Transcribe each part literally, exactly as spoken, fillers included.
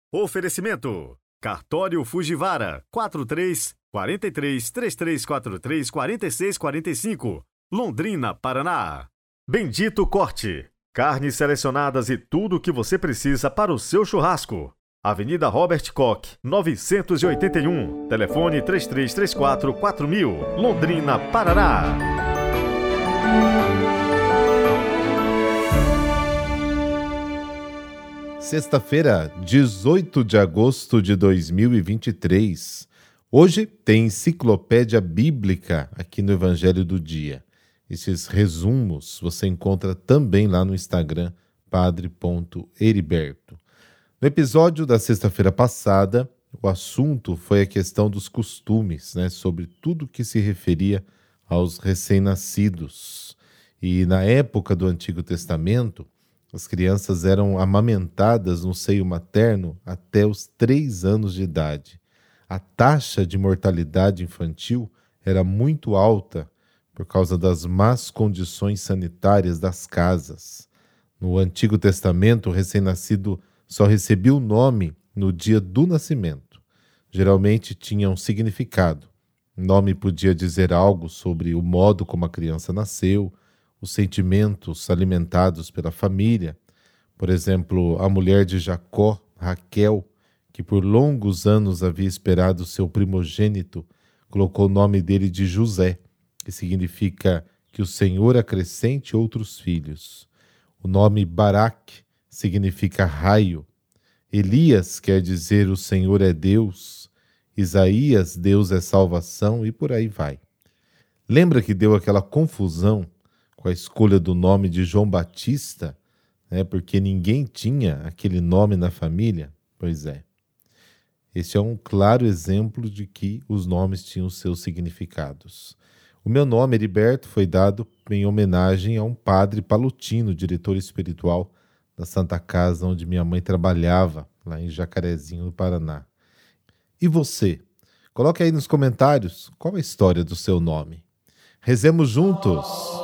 Oferecimento: Cartório Fujiwara, quatro três quatro três, três três quatro três, quatro seis quatro cinco, Londrina, Paraná. Bendito Corte, carnes selecionadas e tudo o que você precisa para o seu churrasco. Avenida Robert Koch, novecentos e oitenta e um, telefone três três três quatro, quatro mil, Londrina, Paraná. Sexta-feira, dezoito de agosto de dois mil e vinte e três. Hoje tem enciclopédia bíblica aqui no Evangelho do Dia. Esses resumos você encontra também lá no Instagram, padre ponto heriberto. No episódio da sexta-feira passada, o assunto foi a questão dos costumes, né, sobre tudo que se referia aos recém-nascidos. E na época do Antigo Testamento, as crianças eram amamentadas no seio materno até os três anos de idade. A taxa de mortalidade infantil era muito alta por causa das más condições sanitárias das casas. No Antigo Testamento, o recém-nascido só recebia o nome no dia do nascimento. Geralmente tinha um significado. O nome podia dizer algo sobre o modo como a criança nasceu, os sentimentos alimentados pela família. Por exemplo, a mulher de Jacó, Raquel, que por longos anos havia esperado seu primogênito, colocou o nome dele de José, que significa que o Senhor acrescente outros filhos. O nome Barak significa raio. Elias quer dizer o Senhor é Deus. Isaías, Deus é salvação, e por aí vai. Lembra que deu aquela confusão com a escolha do nome de João Batista, né, porque ninguém tinha aquele nome na família? Pois é. Este é um claro exemplo de que os nomes tinham seus significados. O meu nome, Heriberto, foi dado em homenagem a um padre palutino, diretor espiritual da Santa Casa onde minha mãe trabalhava, lá em Jacarezinho, no Paraná. E você? Coloque aí nos comentários qual a história do seu nome. Rezemos juntos!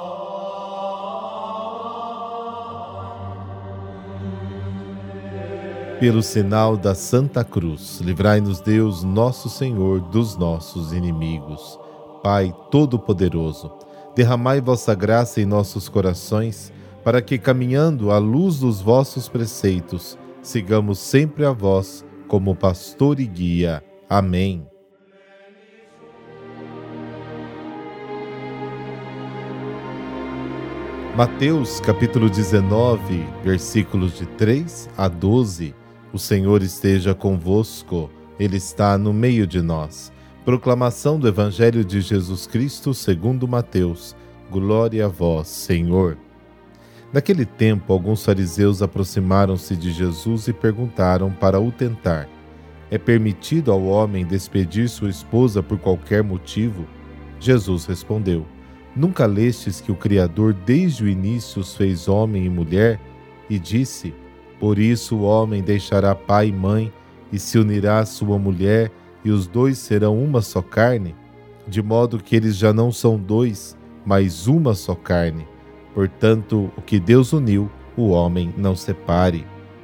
Pelo sinal da Santa Cruz, livrai-nos Deus, nosso Senhor, dos nossos inimigos. Pai Todo-Poderoso, derramai vossa graça em nossos corações, para que, caminhando à luz dos vossos preceitos, sigamos sempre a vós como pastor e guia. Amém. Mateus capítulo dezenove, versículos de três a doze. O Senhor esteja convosco, Ele está no meio de nós. Proclamação do Evangelho de Jesus Cristo segundo Mateus. Glória a vós, Senhor. Naquele tempo, alguns fariseus aproximaram-se de Jesus e perguntaram para o tentar: é permitido ao homem despedir sua esposa por qualquer motivo? Jesus respondeu: nunca lestes que o Criador desde o início os fez homem e mulher? E disse: por isso o homem deixará pai e mãe e se unirá à sua mulher, e os dois serão uma só carne? De modo que eles já não são dois, mas uma só carne. Portanto, o que Deus uniu, o homem não separe.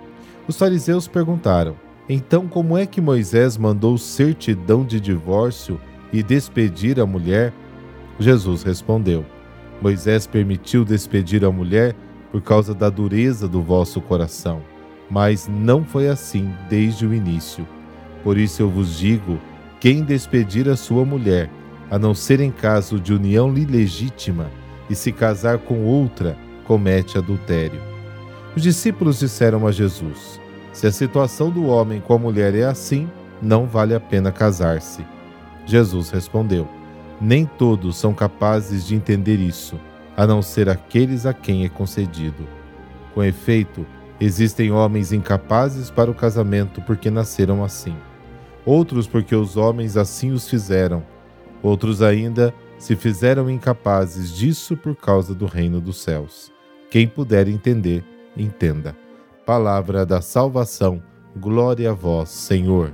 Os fariseus perguntaram: então como é que Moisés mandou certidão de divórcio e despedir a mulher? Jesus respondeu: Moisés permitiu despedir a mulher por causa da dureza do vosso coração, mas não foi assim desde o início. Por isso eu vos digo, quem despedir a sua mulher, a não ser em caso de união ilegítima, e se casar com outra, comete adultério. Os discípulos disseram a Jesus: se a situação do homem com a mulher é assim, não vale a pena casar-se. Jesus respondeu: nem todos são capazes de entender isso, a não ser aqueles a quem é concedido. Com efeito, existem homens incapazes para o casamento porque nasceram assim. Outros porque os homens assim os fizeram. Outros ainda se fizeram incapazes disso por causa do reino dos céus. Quem puder entender, entenda. Palavra da salvação. Glória a vós, Senhor.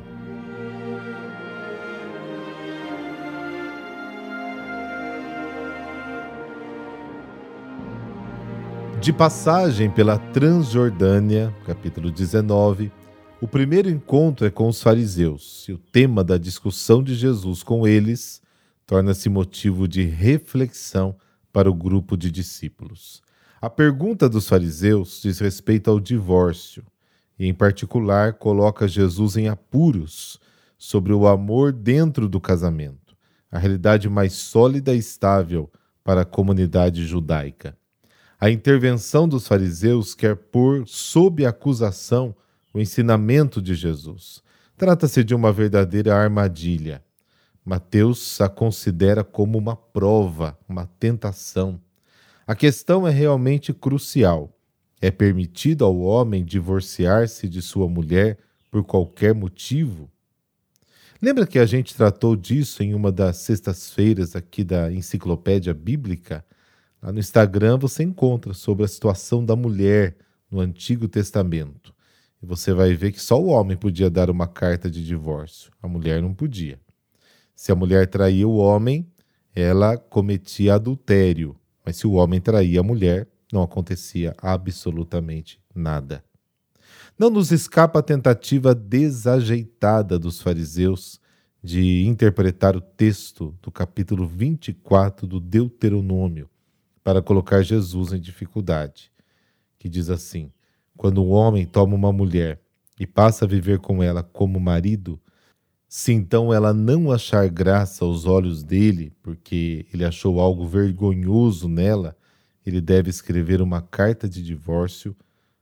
De passagem pela Transjordânia, capítulo dezenove, O primeiro encontro é com os fariseus, e o tema da discussão de Jesus com eles torna-se motivo de reflexão para o grupo de discípulos. A pergunta dos fariseus diz respeito ao divórcio, e em particular coloca Jesus em apuros sobre o amor dentro do casamento, a realidade mais sólida e estável para a comunidade judaica. A intervenção dos fariseus quer pôr sob acusação o ensinamento de Jesus. Trata-se de uma verdadeira armadilha. Mateus a considera como uma prova, uma tentação. A questão é realmente crucial. É permitido ao homem divorciar-se de sua mulher por qualquer motivo? Lembra que a gente tratou disso em uma das sextas-feiras aqui da Enciclopédia Bíblica? Lá no Instagram você encontra sobre a situação da mulher no Antigo Testamento. E você vai ver que só o homem podia dar uma carta de divórcio, a mulher não podia. Se a mulher traía o homem, ela cometia adultério, mas se o homem traía a mulher, não acontecia absolutamente nada. Não nos escapa a tentativa desajeitada dos fariseus de interpretar o texto do capítulo vinte e quatro do Deuteronômio para colocar Jesus em dificuldade, que diz assim: quando um homem toma uma mulher e passa a viver com ela como marido, se então ela não achar graça aos olhos dele, porque ele achou algo vergonhoso nela, ele deve escrever uma carta de divórcio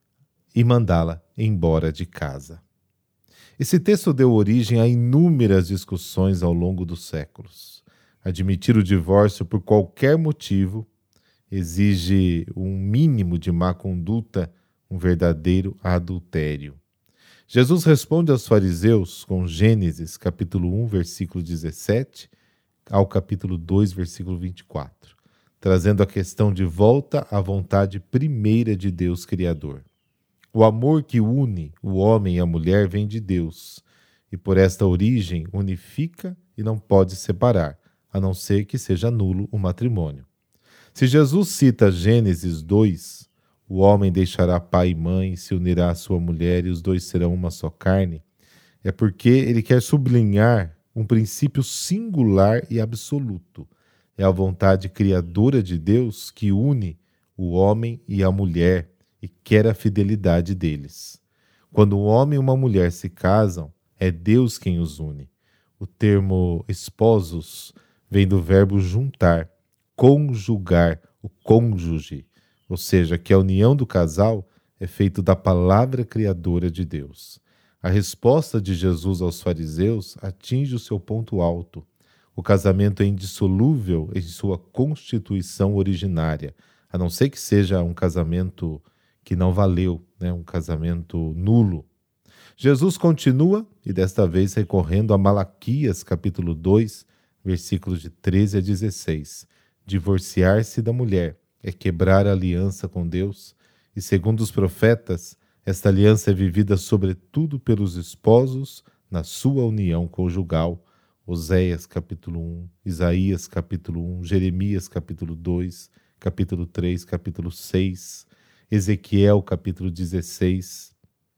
e mandá-la embora de casa. Esse texto deu origem a inúmeras discussões ao longo dos séculos. Admitir o divórcio por qualquer motivo exige um mínimo de má conduta, um verdadeiro adultério. Jesus responde aos fariseus com Gênesis capítulo um, versículo dezessete, ao capítulo dois, versículo vinte e quatro, trazendo a questão de volta à vontade primeira de Deus Criador. O amor que une o homem e a mulher vem de Deus, e por esta origem unifica e não pode separar, a não ser que seja nulo o matrimônio. Se Jesus cita Gênesis dois, o homem deixará pai e mãe, se unirá à sua mulher e os dois serão uma só carne, é porque ele quer sublinhar um princípio singular e absoluto. É a vontade criadora de Deus que une o homem e a mulher e quer a fidelidade deles. Quando um homem e uma mulher se casam, é Deus quem os une. O termo esposos vem do verbo juntar, conjugar, o cônjuge, ou seja, que a união do casal é feita da palavra criadora de Deus. A resposta de Jesus aos fariseus atinge o seu ponto alto. O casamento é indissolúvel em sua constituição originária, a não ser que seja um casamento que não valeu, né? Um casamento nulo. Jesus continua, e desta vez recorrendo a Malaquias, capítulo dois, versículos de treze a dezesseis. Divorciar-se da mulher é quebrar a aliança com Deus, e segundo os profetas, esta aliança é vivida sobretudo pelos esposos na sua união conjugal. Oséias capítulo um, Isaías capítulo um, Jeremias capítulo dois, capítulo três, capítulo seis, Ezequiel capítulo dezesseis.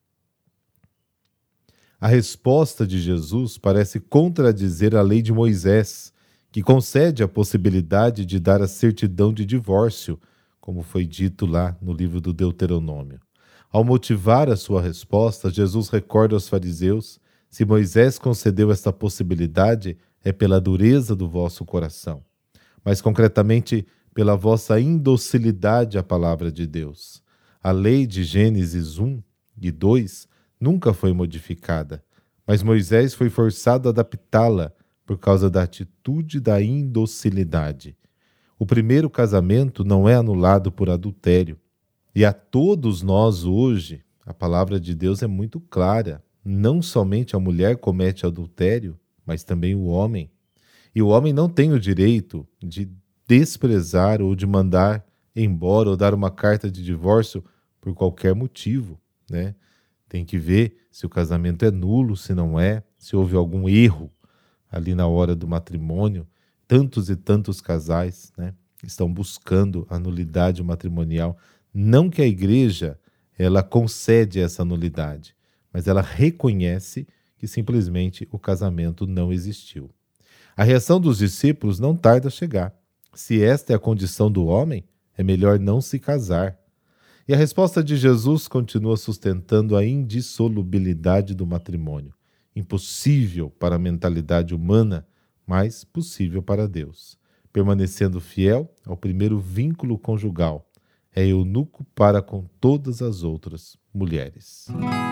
A resposta de Jesus parece contradizer a lei de Moisés, que concede a possibilidade de dar a certidão de divórcio, como foi dito lá no livro do Deuteronômio. Ao motivar a sua resposta, Jesus recorda aos fariseus: se Moisés concedeu esta possibilidade, é pela dureza do vosso coração, mas concretamente pela vossa indocilidade à palavra de Deus. A lei de Gênesis um e dois nunca foi modificada, mas Moisés foi forçado a adaptá-la por causa da atitude da indocilidade. O primeiro casamento não é anulado por adultério. E a todos nós hoje, a palavra de Deus é muito clara. Não somente a mulher comete adultério, mas também o homem. E o homem não tem o direito de desprezar ou de mandar embora ou dar uma carta de divórcio por qualquer motivo, né? Tem que ver se o casamento é nulo, se não é, se houve algum erro ali na hora do matrimônio. Tantos e tantos casais, né, estão buscando a nulidade matrimonial. Não que a igreja ela concede essa nulidade, mas ela reconhece que simplesmente o casamento não existiu. A reação dos discípulos não tarda a chegar. Se esta é a condição do homem, é melhor não se casar. E a resposta de Jesus continua sustentando a indissolubilidade do matrimônio. Impossível para a mentalidade humana, mas possível para Deus. Permanecendo fiel ao primeiro vínculo conjugal, é eunuco para com todas as outras mulheres.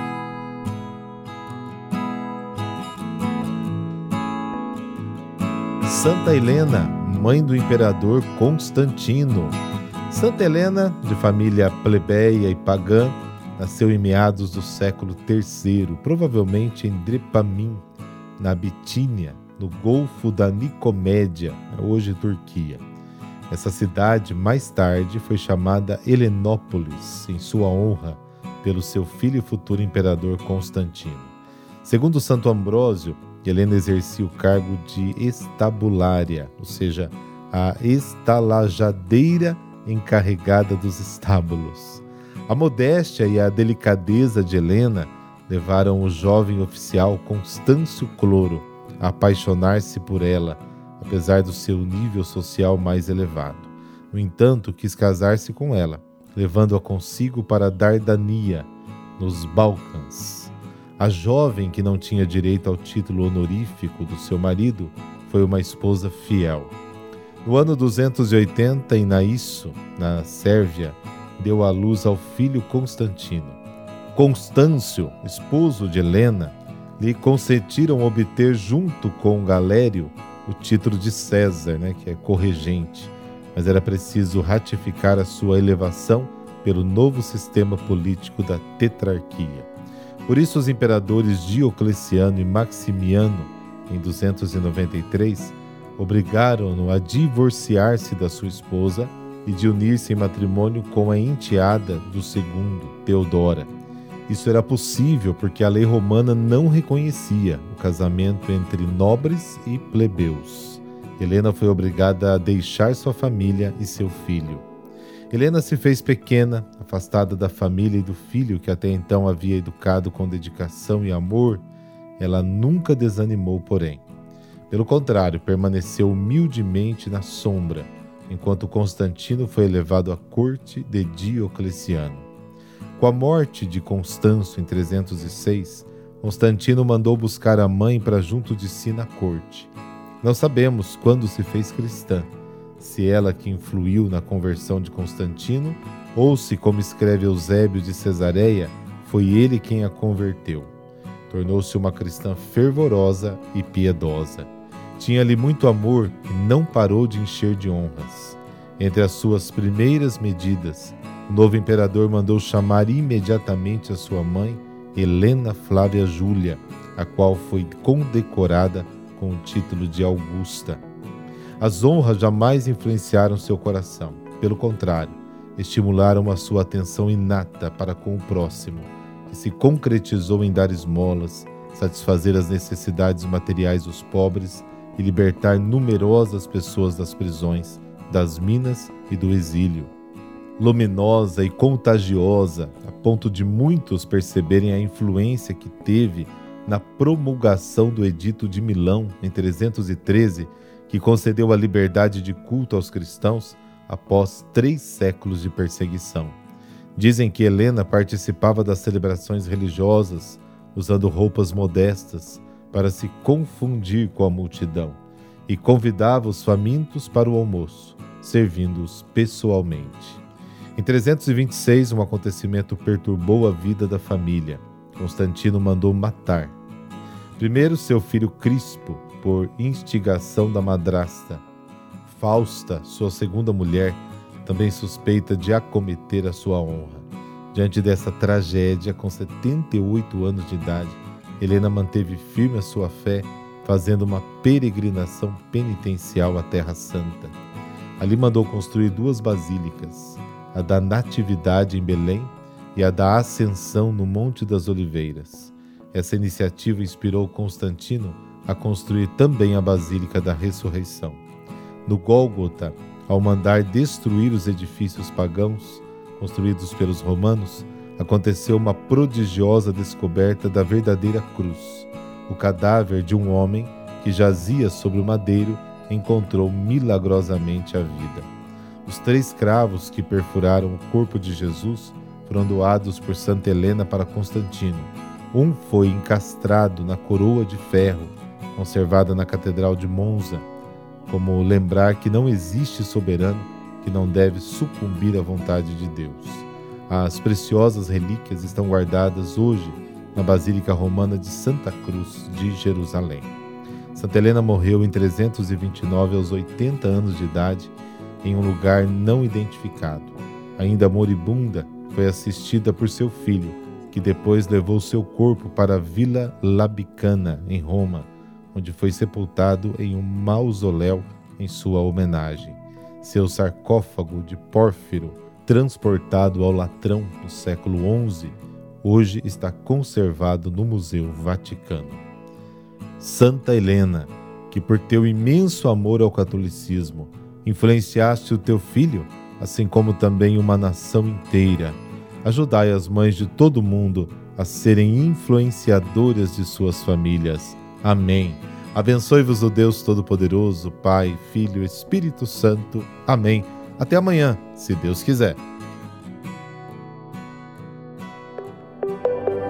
Santa Helena, mãe do imperador Constantino. Santa Helena, de família plebeia e pagã, nasceu em meados do século terceiro, provavelmente em Drepamim, na Bitínia, no Golfo da Nicomédia, hoje Turquia. Essa cidade, mais tarde, foi chamada Helenópolis, em sua honra, pelo seu filho e futuro imperador Constantino. Segundo Santo Ambrósio, Helena exercia o cargo de estabulária, ou seja, a estalajadeira encarregada dos estábulos. A modéstia e a delicadeza de Helena levaram o jovem oficial Constâncio Cloro a apaixonar-se por ela, apesar do seu nível social mais elevado. No entanto, quis casar-se com ela, levando-a consigo para Dardania, nos Balcãs. A jovem, que não tinha direito ao título honorífico do seu marido, foi uma esposa fiel. No ano duzentos e oitenta, em Naísso, na Sérvia, deu à luz ao filho Constantino. Constâncio, esposo de Helena, lhe consentiram obter junto com Galério o título de César, né, que é corregente, mas era preciso ratificar a sua elevação pelo novo sistema político da tetrarquia. Por isso os imperadores Diocleciano e Maximiano, em duzentos e noventa e três, obrigaram-no a divorciar-se da sua esposa e de unir-se em matrimônio com a enteada do segundo, Teodora. Isso era possível porque a lei romana não reconhecia o casamento entre nobres e plebeus. Helena foi obrigada a deixar sua família e seu filho. Helena se fez pequena, afastada da família e do filho que até então havia educado com dedicação e amor. Ela nunca desanimou, porém. Pelo contrário, permaneceu humildemente na sombra, enquanto Constantino foi elevado à corte de Diocleciano. Com a morte de Constâncio em trezentos e seis, Constantino mandou buscar a mãe para junto de si na corte. Não sabemos quando se fez cristã, se ela que influiu na conversão de Constantino, ou se, como escreve Eusébio de Cesareia, foi ele quem a converteu. Tornou-se uma cristã fervorosa e piedosa. Tinha-lhe muito amor e não parou de encher de honras. Entre as suas primeiras medidas, o novo imperador mandou chamar imediatamente a sua mãe, Helena Flávia Júlia, a qual foi condecorada com o título de Augusta. As honras jamais influenciaram seu coração. Pelo contrário, estimularam a sua atenção inata para com o próximo, que se concretizou em dar esmolas, satisfazer as necessidades materiais dos pobres e libertar numerosas pessoas das prisões, das minas e do exílio. Luminosa e contagiosa, a ponto de muitos perceberem a influência que teve na promulgação do Edito de Milão, em trezentos e treze, que concedeu a liberdade de culto aos cristãos após três séculos de perseguição. Dizem que Helena participava das celebrações religiosas, usando roupas modestas, para se confundir com a multidão, e convidava os famintos para o almoço, servindo-os pessoalmente. Em trezentos e vinte e seis, um acontecimento perturbou a vida da família. Constantino mandou matar, primeiro seu filho Crispo, por instigação da madrasta. Fausta, sua segunda mulher, também suspeita de acometer a sua honra. Diante dessa tragédia, com setenta e oito anos de idade, Helena manteve firme a sua fé, fazendo uma peregrinação penitencial à Terra Santa. Ali mandou construir duas basílicas, a da Natividade em Belém e a da Ascensão no Monte das Oliveiras. Essa iniciativa inspirou Constantino a construir também a Basílica da Ressurreição. No Gólgota, ao mandar destruir os edifícios pagãos construídos pelos romanos, aconteceu uma prodigiosa descoberta da verdadeira cruz. O cadáver de um homem que jazia sobre o madeiro encontrou milagrosamente a vida. Os três cravos que perfuraram o corpo de Jesus foram doados por Santa Helena para Constantino. Um foi encastrado na coroa de ferro, conservada na Catedral de Monza, como lembrar que não existe soberano que não deve sucumbir à vontade de Deus. As preciosas relíquias estão guardadas hoje na Basílica Romana de Santa Cruz de Jerusalém. Santa Helena morreu em trezentos e vinte e nove aos oitenta anos de idade em um lugar não identificado. Ainda moribunda, foi assistida por seu filho, que depois levou seu corpo para a Vila Labicana, em Roma, onde foi sepultado em um mausoléu em sua homenagem. Seu sarcófago de pórfiro, transportado ao Latrão no século onze, hoje está conservado no Museu Vaticano. Santa Helena, que por teu imenso amor ao catolicismo influenciaste o teu filho, assim como também uma nação inteira, ajudai as mães de todo o mundo a serem influenciadoras de suas famílias. Amém. Abençoe-vos o Deus Todo-Poderoso, Pai, Filho e Espírito Santo. Amém. Até amanhã, se Deus quiser.